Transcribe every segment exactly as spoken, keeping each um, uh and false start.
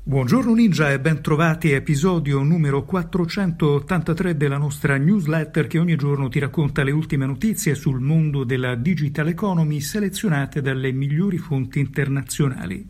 Buongiorno Ninja e ben trovati a episodio numero quattrocentottantatré della nostra newsletter che ogni giorno ti racconta le ultime notizie sul mondo della digital economy selezionate dalle migliori fonti internazionali.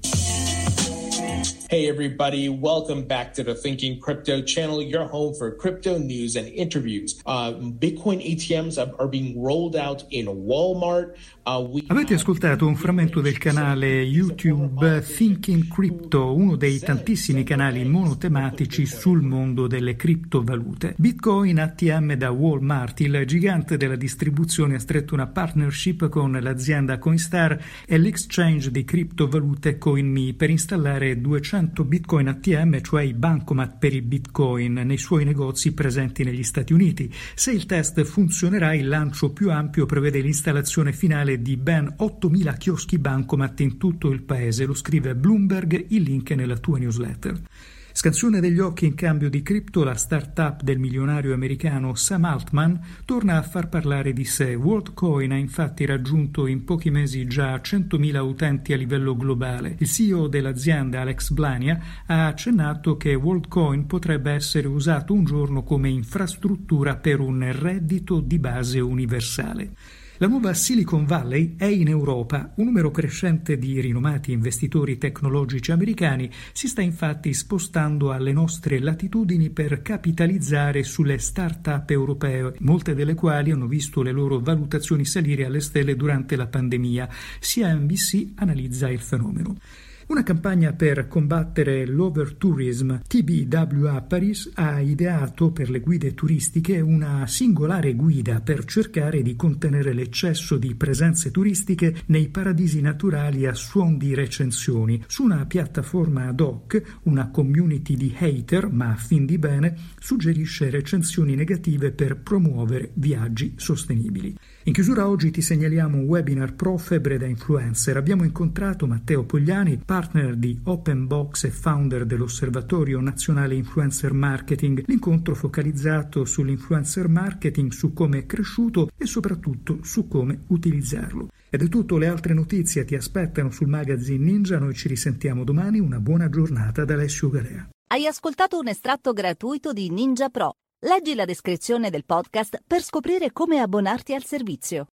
Hey everybody, welcome back to the Thinking Crypto channel, your home for crypto news and interviews. Uh, Bitcoin A T Ms are being rolled out in Walmart. Uh, we Avete ascoltato un frammento del canale YouTube Thinking Crypto, uno dei tantissimi canali monotematici sul mondo delle criptovalute. Bitcoin A T M da Walmart, il gigante della distribuzione, ha stretto una partnership con l'azienda Coinstar e l'exchange di criptovalute CoinMe per installare duecento Bitcoin A T M, cioè i bancomat per i Bitcoin, nei suoi negozi presenti negli Stati Uniti. Se il test funzionerà, il lancio più ampio prevede l'installazione finale di ben ottomila chioschi bancomat in tutto il paese. Lo scrive Bloomberg, il link è nella tua newsletter. Scansione degli occhi in cambio di cripto, la startup del milionario americano Sam Altman torna a far parlare di sé. WorldCoin ha infatti raggiunto in pochi mesi già centomila utenti a livello globale. Il C E O dell'azienda, Alex Blania, ha accennato che WorldCoin potrebbe essere usato un giorno come infrastruttura per un reddito di base universale. La nuova Silicon Valley è in Europa. Un numero crescente di rinomati investitori tecnologici americani si sta infatti spostando alle nostre latitudini per capitalizzare sulle start-up europee, molte delle quali hanno visto le loro valutazioni salire alle stelle durante la pandemia. C N B C analizza il fenomeno. Una campagna per combattere l'overtourism. T B W A Paris ha ideato per le guide turistiche una singolare guida per cercare di contenere l'eccesso di presenze turistiche nei paradisi naturali a suon di recensioni. Su una piattaforma ad hoc, una community di hater, ma a fin di bene, suggerisce recensioni negative per promuovere viaggi sostenibili. In chiusura oggi ti segnaliamo un webinar pro febbre da influencer. Abbiamo incontrato Matteo Pogliani, partner di Openbox e founder dell'Osservatorio Nazionale Influencer Marketing. L'incontro focalizzato sull'influencer marketing, su come è cresciuto e soprattutto su come utilizzarlo. Ed è tutto, le altre notizie ti aspettano sul magazine Ninja. Noi ci risentiamo domani. Una buona giornata da Alessio Garea. Hai ascoltato un estratto gratuito di Ninja Pro. Leggi la descrizione del podcast per scoprire come abbonarti al servizio.